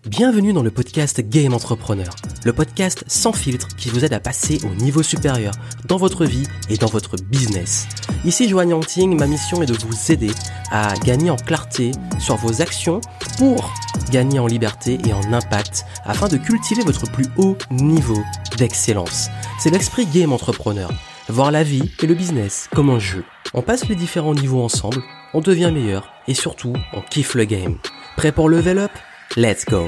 Bienvenue dans le podcast Game Entrepreneur, le podcast sans filtre qui vous aide à passer au niveau supérieur dans votre vie et dans votre business. Ici Joanne Yangting, ma mission est de vous aider à gagner en clarté sur vos actions pour gagner en liberté et en impact afin de cultiver votre plus haut niveau d'excellence. C'est l'esprit Game Entrepreneur, voir la vie et le business comme un jeu. On passe les différents niveaux ensemble, on devient meilleur et surtout on kiffe le game. Prêt pour level up ? Let's go!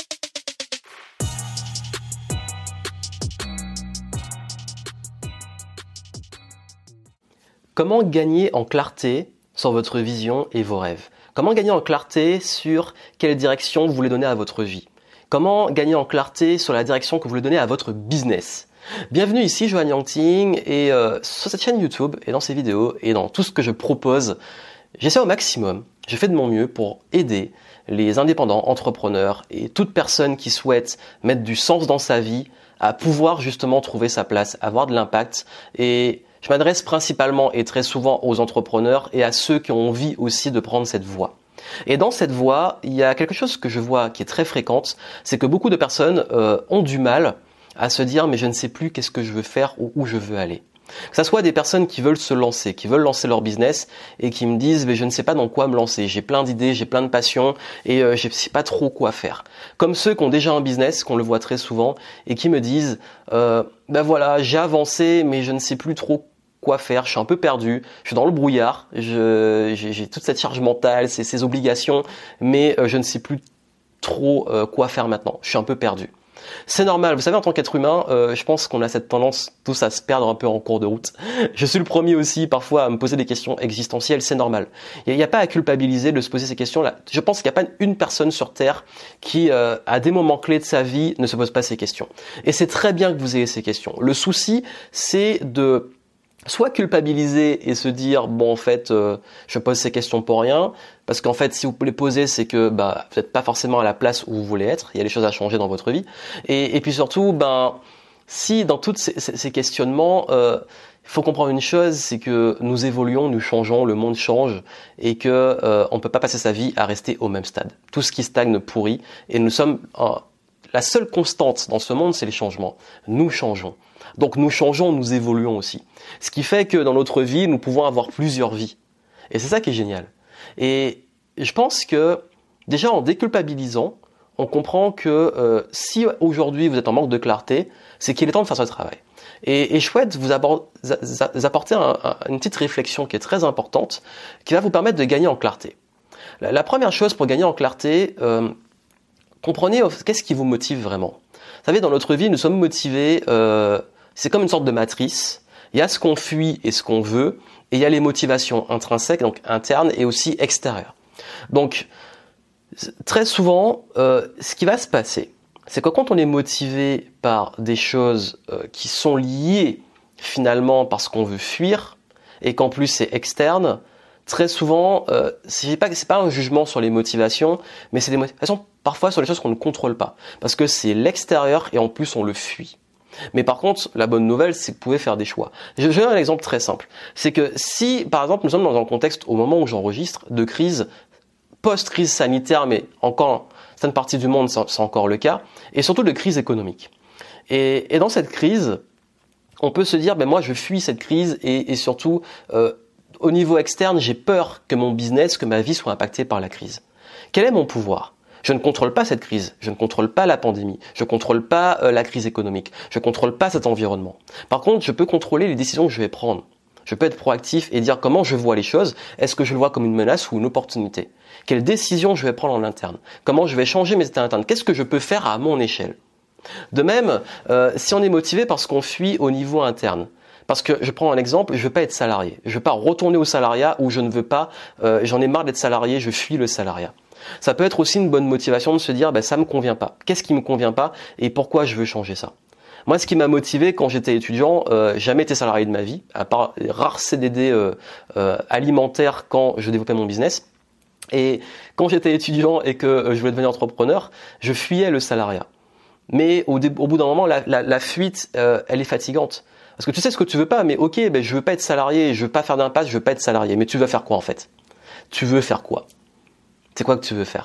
Comment gagner en clarté sur votre vision et vos rêves? Comment gagner en clarté sur quelle direction vous voulez donner à votre vie? Comment gagner en clarté sur la direction que vous voulez donner à votre business? Bienvenue ici, Joanne Yangting, et sur cette chaîne YouTube et dans ces vidéos et dans tout ce que je propose, j'essaie au maximum, je fais de mon mieux pour aider les indépendants, entrepreneurs et toute personne qui souhaite mettre du sens dans sa vie à pouvoir justement trouver sa place, avoir de l'impact. Et je m'adresse principalement et très souvent aux entrepreneurs et à ceux qui ont envie aussi de prendre cette voie. Et dans cette voie, il y a quelque chose que je vois qui est très fréquente, c'est que beaucoup de personnes ont du mal à se dire mais je ne sais plus qu'est-ce que je veux faire ou où je veux aller. Que ça soit des personnes qui veulent se lancer, qui veulent lancer leur business et qui me disent mais je ne sais pas dans quoi me lancer, j'ai plein d'idées, j'ai plein de passions et je ne sais pas trop quoi faire. Comme ceux qui ont déjà un business, qu'on le voit très souvent et qui me disent ben voilà, j'ai avancé mais je ne sais plus trop quoi faire, je suis un peu perdu, je suis dans le brouillard, j'ai toute cette charge mentale, ces obligations, mais je ne sais plus trop quoi faire maintenant, je suis un peu perdu. C'est normal, vous savez, en tant qu'être humain, je pense qu'on a cette tendance tous à se perdre un peu en cours de route. Je suis le premier aussi parfois à me poser des questions existentielles, c'est normal. Il n'y a pas à culpabiliser de se poser ces questions-là. Je pense qu'il n'y a pas une personne sur Terre qui, à des moments clés de sa vie, ne se pose pas ces questions. Et c'est très bien que vous ayez ces questions. Le souci, c'est de soit culpabiliser et se dire bon en fait je pose ces questions pour rien parce qu'en fait si vous les posez c'est que vous n'êtes pas forcément à la place où vous voulez être, il y a des choses à changer dans votre vie et puis surtout si dans tous ces questionnements il faut comprendre une chose, c'est que nous évoluons, nous changeons, le monde change et que on peut pas passer sa vie à rester au même stade. Tout ce qui stagne pourrit et nous sommes la seule constante dans ce monde, c'est les changements. Nous changeons. Donc nous changeons, nous évoluons aussi. Ce qui fait que dans notre vie, nous pouvons avoir plusieurs vies. Et c'est ça qui est génial. Et je pense que déjà en déculpabilisant, on comprend que si aujourd'hui vous êtes en manque de clarté, c'est qu'il est temps de faire ce travail. Et je souhaite vous apporter une petite réflexion qui est très importante, qui va vous permettre de gagner en clarté. La première chose pour gagner en clarté, comprenez qu'est-ce qui vous motive vraiment. Vous savez, dans notre vie, nous sommes motivés, c'est comme une sorte de matrice. Il y a ce qu'on fuit et ce qu'on veut, et il y a les motivations intrinsèques, donc internes et aussi extérieures. Donc, très souvent, ce qui va se passer, c'est que quand on est motivé par des choses qui sont liées finalement parce qu'on veut fuir, et qu'en plus c'est externe, très souvent, c'est pas un jugement sur les motivations, mais c'est des motivations parfois sur les choses qu'on ne contrôle pas, parce que c'est l'extérieur et en plus on le fuit. Mais par contre, la bonne nouvelle, c'est que vous pouvez faire des choix. Je vais donner un exemple très simple. C'est que si, par exemple, nous sommes dans un contexte, au moment où j'enregistre, de crise, post-crise sanitaire, mais encore, certaines parties du monde, c'est encore le cas, et surtout de crise économique. Et dans cette crise, on peut se dire, moi, je fuis cette crise et surtout, au niveau externe, j'ai peur que mon business, que ma vie soit impactée par la crise. Quel est mon pouvoir ? Je ne contrôle pas cette crise, je ne contrôle pas la pandémie, je ne contrôle pas la crise économique, je ne contrôle pas cet environnement. Par contre, je peux contrôler les décisions que je vais prendre. Je peux être proactif et dire comment je vois les choses. Est-ce que je le vois comme une menace ou une opportunité? Quelles décisions je vais prendre en interne? Comment je vais changer mes états internes? Qu'est-ce que je peux faire à mon échelle? De même, si on est motivé parce qu'on fuit au niveau interne, parce que je prends un exemple, je veux pas être salarié, je veux pas retourner au salariat ou je ne veux pas, j'en ai marre d'être salarié, je fuis le salariat. Ça peut être aussi une bonne motivation de se dire ça me convient pas. Qu'est-ce qui me convient pas et pourquoi je veux changer ça? Moi, ce qui m'a motivé quand j'étais étudiant, jamais été salarié de ma vie, à part les rares CDD alimentaires quand je développais mon business. Et quand j'étais étudiant et que je voulais devenir entrepreneur, je fuyais le salariat. Mais au bout d'un moment, la fuite, elle est fatigante. Parce que tu sais ce que tu veux pas, mais ok, je veux pas être salarié, je veux pas faire d'impasse, je veux pas être salarié. Mais tu veux faire quoi en fait? Tu veux faire quoi? C'est quoi que tu veux faire?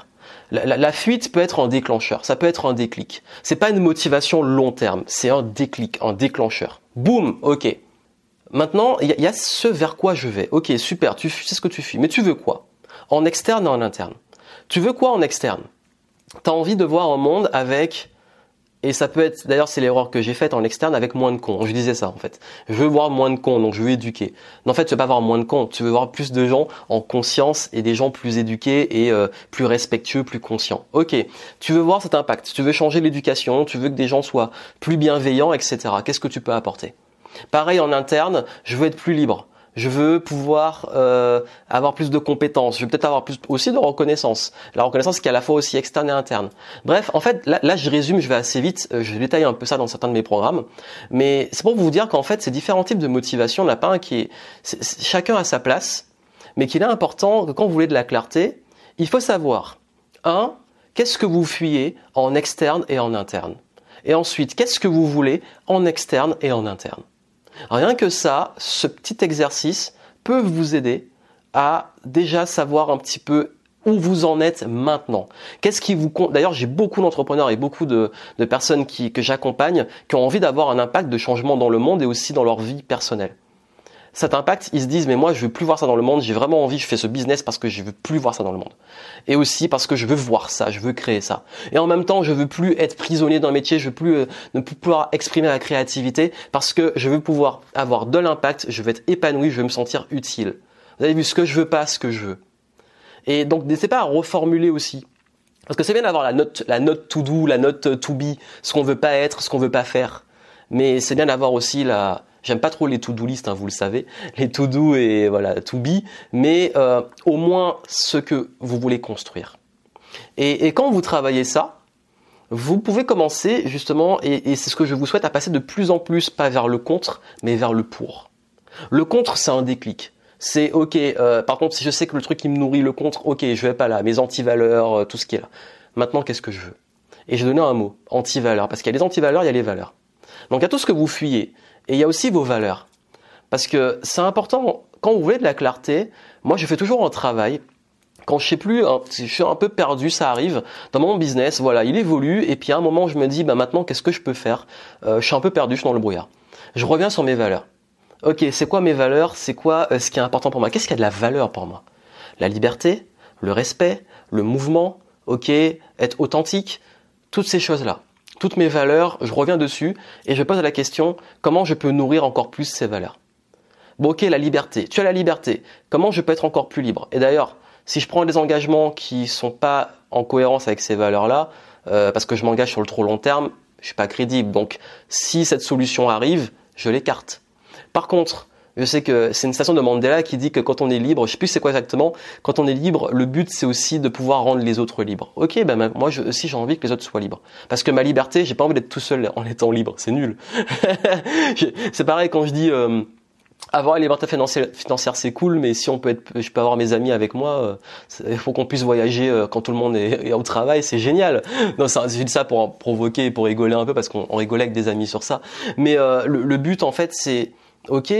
La fuite peut être un déclencheur, ça peut être un déclic. C'est pas une motivation long terme, c'est un déclic, un déclencheur. Boum, ok. Maintenant, il y a ce vers quoi je vais. Ok, super, tu sais ce que tu fuis, mais tu veux quoi? En externe et en interne. Tu veux quoi en externe? Tu as envie de voir un monde avec, et ça peut être, d'ailleurs c'est l'erreur que j'ai faite en externe, avec moins de cons. Je disais ça en fait. Je veux voir moins de cons, donc je veux éduquer. Mais en fait, tu veux pas voir moins de cons, tu veux voir plus de gens en conscience et des gens plus éduqués et plus respectueux, plus conscients. Ok, tu veux voir cet impact, tu veux changer l'éducation, tu veux que des gens soient plus bienveillants, etc. Qu'est-ce que tu peux apporter? Pareil en interne, je veux être plus libre. Je veux pouvoir avoir plus de compétences. Je veux peut-être avoir plus aussi de reconnaissance. La reconnaissance qui est à la fois aussi externe et interne. Bref, en fait, là je résume, je vais assez vite. Je détaille un peu ça dans certains de mes programmes. Mais c'est pour vous dire qu'en fait, ces différents types de motivation, il n'y en a pas un qui est... chacun a sa place, mais qu'il est important que quand vous voulez de la clarté, il faut savoir, qu'est-ce que vous fuyez en externe et en interne? Et ensuite, qu'est-ce que vous voulez en externe et en interne? Rien que ça, ce petit exercice peut vous aider à déjà savoir un petit peu où vous en êtes maintenant. Qu'est-ce qui vous compte? D'ailleurs, j'ai beaucoup d'entrepreneurs et beaucoup de personnes que j'accompagne qui ont envie d'avoir un impact de changement dans le monde et aussi dans leur vie personnelle. Cet impact, ils se disent mais moi je veux plus voir ça dans le monde, j'ai vraiment envie, je fais ce business parce que je veux plus voir ça dans le monde. Et aussi parce que je veux voir ça, je veux créer ça. Et en même temps, je veux plus être prisonnier d'un métier, je veux plus ne plus pouvoir exprimer la créativité parce que je veux pouvoir avoir de l'impact, je veux être épanoui, je veux me sentir utile. Vous avez vu ce que je veux pas, ce que je veux. Et donc n'hésitez pas à reformuler aussi. Parce que c'est bien d'avoir la note to do, la note to be, ce qu'on veut pas être, ce qu'on veut pas faire. Mais c'est bien d'avoir aussi j'aime pas trop les to-do list, vous le savez, les to-do et voilà, to be, mais au moins ce que vous voulez construire. Et quand vous travaillez ça, vous pouvez commencer justement, et c'est ce que je vous souhaite, à passer de plus en plus, pas vers le contre, mais vers le pour. Le contre, c'est un déclic. C'est ok, par contre, si je sais que le truc qui me nourrit le contre, ok, je vais pas là, mes antivaleurs, tout ce qui est là. Maintenant, qu'est-ce que je veux? Et j'ai donné un mot, antivaleurs, parce qu'il y a les antivaleurs, il y a les valeurs. Donc il y a tout ce que vous fuyez. Et il y a aussi vos valeurs. Parce que c'est important, quand vous voulez de la clarté, moi je fais toujours un travail. Quand je sais plus, je suis un peu perdu, ça arrive. Dans mon business, voilà, il évolue. Et puis à un moment, je me dis, maintenant, qu'est-ce que je peux faire? Je suis un peu perdu, je suis dans le brouillard. Je reviens sur mes valeurs. Ok, c'est quoi mes valeurs? C'est quoi ce qui est important pour moi? Qu'est-ce qui a de la valeur pour moi? La liberté, le respect, le mouvement, ok, être authentique, toutes ces choses-là. Toutes mes valeurs, je reviens dessus et je pose la question, comment je peux nourrir encore plus ces valeurs? Bon ok, la liberté. Tu as la liberté. Comment je peux être encore plus libre? Et d'ailleurs, si je prends des engagements qui sont pas en cohérence avec ces valeurs-là, parce que je m'engage sur le trop long terme, je suis pas crédible. Donc, si cette solution arrive, je l'écarte. Par contre, je sais que c'est une citation de Mandela qui dit que quand on est libre, je sais plus c'est quoi exactement, quand on est libre, le but c'est aussi de pouvoir rendre les autres libres. Ok, moi aussi j'ai envie que les autres soient libres. Parce que ma liberté, j'ai pas envie d'être tout seul en étant libre, c'est nul. C'est pareil quand je dis avoir une liberté financière c'est cool, mais si je peux avoir mes amis avec moi, il faut qu'on puisse voyager quand tout le monde est au travail, c'est génial. Non, j'ai dit ça pour provoquer, pour rigoler un peu parce qu'on rigolait avec des amis sur ça. Mais le but en fait c'est ok,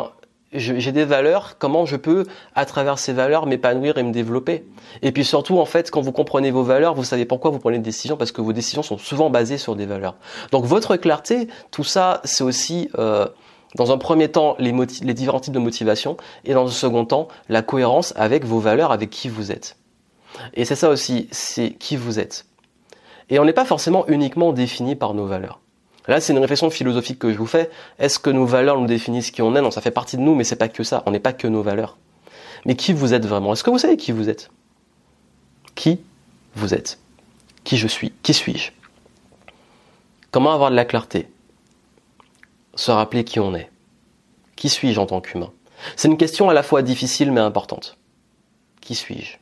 j'ai des valeurs, comment je peux, à travers ces valeurs, m'épanouir et me développer. Et puis surtout, en fait, quand vous comprenez vos valeurs, vous savez pourquoi vous prenez des décisions, parce que vos décisions sont souvent basées sur des valeurs. Donc votre clarté, tout ça, c'est aussi, dans un premier temps, les différents types de motivation, et dans un second temps, la cohérence avec vos valeurs, avec qui vous êtes. Et c'est ça aussi, c'est qui vous êtes. Et on n'est pas forcément uniquement défini par nos valeurs. Là, c'est une réflexion philosophique que je vous fais. Est-ce que nos valeurs nous définissent qui on est? Non, ça fait partie de nous, mais c'est pas que ça. On n'est pas que nos valeurs. Mais qui vous êtes vraiment? Est-ce que vous savez qui vous êtes? Qui vous êtes? Qui je suis? Qui suis-je? Comment avoir de la clarté? Se rappeler qui on est. Qui suis-je en tant qu'humain? C'est une question à la fois difficile mais importante. Qui suis-je?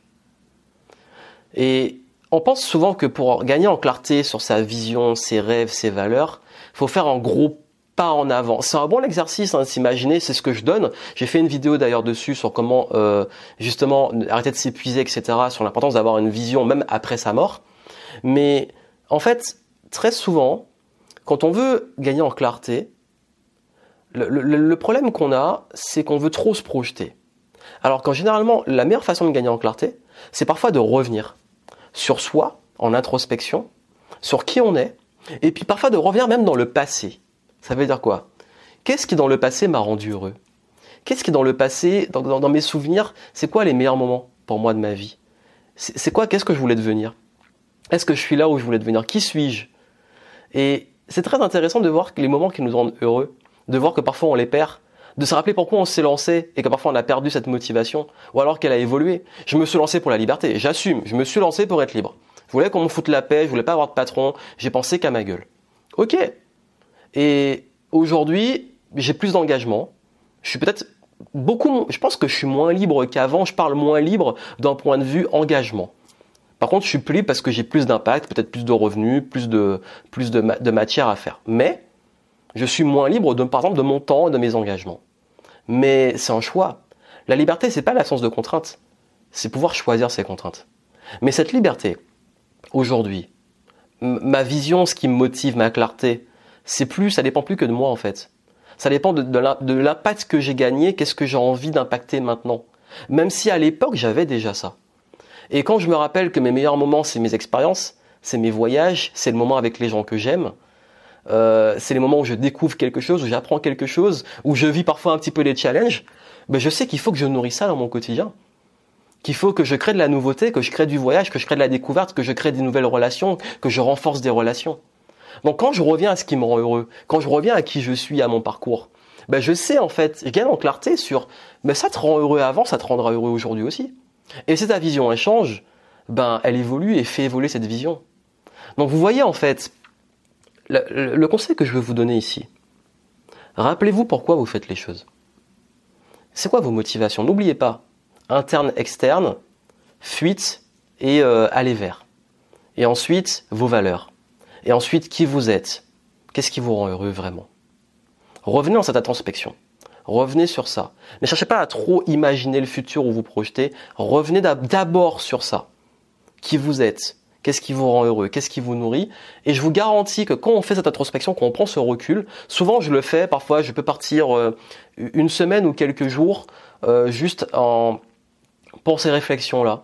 Et on pense souvent que pour gagner en clarté sur sa vision, ses rêves, ses valeurs, il faut faire un gros pas en avant. C'est un bon exercice de s'imaginer, c'est ce que je donne. J'ai fait une vidéo d'ailleurs dessus sur comment justement arrêter de s'épuiser, etc., sur l'importance d'avoir une vision même après sa mort. Mais en fait, très souvent, quand on veut gagner en clarté, le problème qu'on a, c'est qu'on veut trop se projeter. Alors qu'en généralement, la meilleure façon de gagner en clarté, c'est parfois de revenir. sur soi, en introspection, sur qui on est, et puis parfois de revenir même dans le passé. Ça veut dire quoi? Qu'est-ce qui dans le passé m'a rendu heureux? Qu'est-ce qui dans le passé, dans mes souvenirs, c'est quoi les meilleurs moments pour moi de ma vie? C'est quoi, qu'est-ce que je voulais devenir? Est-ce que je suis là où je voulais devenir? Qui suis-je? Et c'est très intéressant de voir que les moments qui nous rendent heureux, de voir que parfois on les perd, de se rappeler pourquoi on s'est lancé et que parfois on a perdu cette motivation, ou alors qu'elle a évolué. Je me suis lancé pour la liberté, j'assume, je me suis lancé pour être libre. Je voulais qu'on me foute la paix, je voulais pas avoir de patron, j'ai pensé qu'à ma gueule. Ok. Et aujourd'hui, j'ai plus d'engagement, je suis peut-être je pense que je suis moins libre qu'avant, je parle moins libre d'un point de vue engagement. Par contre, je suis plus libre parce que j'ai plus d'impact, peut-être plus de revenus, plus de matière à faire. Mais je suis moins libre, par exemple, de mon temps et de mes engagements. Mais c'est un choix. La liberté, c'est pas l'absence de contraintes. C'est pouvoir choisir ses contraintes. Mais cette liberté, aujourd'hui, ma vision, ce qui me motive, ma clarté, ça dépend plus que de moi, en fait. Ça dépend de l'impact que j'ai gagné, qu'est-ce que j'ai envie d'impacter maintenant. Même si à l'époque, j'avais déjà ça. Et quand je me rappelle que mes meilleurs moments, c'est mes expériences, c'est mes voyages, c'est le moment avec les gens que j'aime, c'est les moments où je découvre quelque chose, où j'apprends quelque chose, où je vis parfois un petit peu les challenges, ben je sais qu'il faut que je nourrisse ça dans mon quotidien. Qu'il faut que je crée de la nouveauté, que je crée du voyage, que je crée de la découverte, que je crée des nouvelles relations, que je renforce des relations. Donc quand je reviens à ce qui me rend heureux, quand je reviens à qui je suis, à mon parcours, ben je sais en fait, je gagne en clarté sur ben ça te rend heureux avant, ça te rendra heureux aujourd'hui aussi. Et si ta vision elle change, ben elle évolue et fait évoluer cette vision. Donc vous voyez en fait, le conseil que je veux vous donner ici, rappelez-vous pourquoi vous faites les choses. C'est quoi vos motivations? N'oubliez pas, interne, externe, fuite et aller vers. Et ensuite, vos valeurs. Et ensuite, qui vous êtes. Qu'est-ce qui vous rend heureux vraiment? Revenez dans cette introspection. Revenez sur ça. Ne cherchez pas à trop imaginer le futur ou vous projeter. Revenez d'abord sur ça. Qui vous êtes? Qu'est-ce qui vous rend heureux? Qu'est-ce qui vous nourrit? Et je vous garantis que quand on fait cette introspection, quand on prend ce recul, souvent je le fais, parfois je peux partir une semaine ou quelques jours juste pour ces réflexions-là.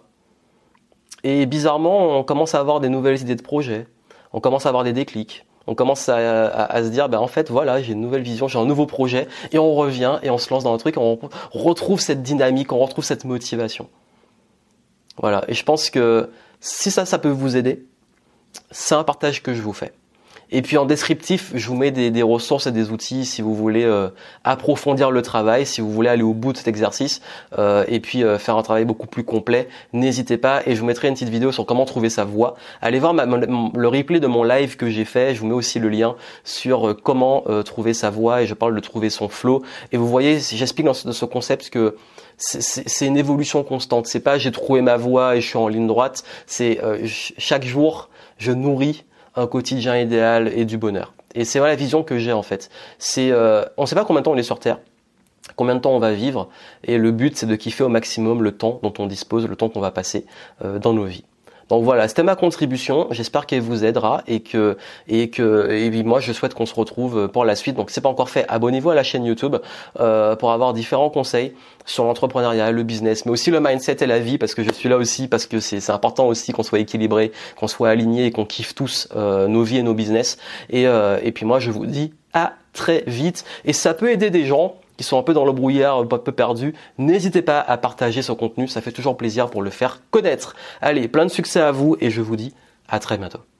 Et bizarrement, on commence à avoir des nouvelles idées de projet. On commence à avoir des déclics. On commence à se dire, ben en fait, voilà, j'ai une nouvelle vision, j'ai un nouveau projet. Et on revient et on se lance dans un truc, on retrouve cette dynamique, on retrouve cette motivation. Voilà. Et je pense que si ça peut vous aider, c'est un partage que je vous fais. Et puis en descriptif, je vous mets des ressources et des outils si vous voulez approfondir le travail, si vous voulez aller au bout de cet exercice et puis faire un travail beaucoup plus complet. N'hésitez pas et je vous mettrai une petite vidéo sur comment trouver sa voie. Allez voir le replay de mon live que j'ai fait. Je vous mets aussi le lien sur comment trouver sa voie et je parle de trouver son flow. Et vous voyez, j'explique dans ce concept que c'est une évolution constante. C'est pas j'ai trouvé ma voie et je suis en ligne droite. C'est chaque jour je nourris un quotidien idéal et du bonheur. Et c'est voilà la vision que j'ai en fait. On ne sait pas combien de temps on est sur Terre, combien de temps on va vivre, et le but c'est de kiffer au maximum le temps dont on dispose, le temps qu'on va passer dans nos vies. Donc voilà, c'était ma contribution. J'espère qu'elle vous aidera et moi je souhaite qu'on se retrouve pour la suite. Donc si c'est pas encore fait, abonnez-vous à la chaîne YouTube pour avoir différents conseils sur l'entrepreneuriat, le business, mais aussi le mindset et la vie parce que je suis là aussi parce que c'est important aussi qu'on soit équilibré, qu'on soit aligné et qu'on kiffe tous nos vies et nos business. Et puis moi je vous dis à très vite et ça peut aider des gens qui sont un peu dans le brouillard, un peu perdus, n'hésitez pas à partager ce contenu, ça fait toujours plaisir pour le faire connaître. Allez, plein de succès à vous et je vous dis à très bientôt.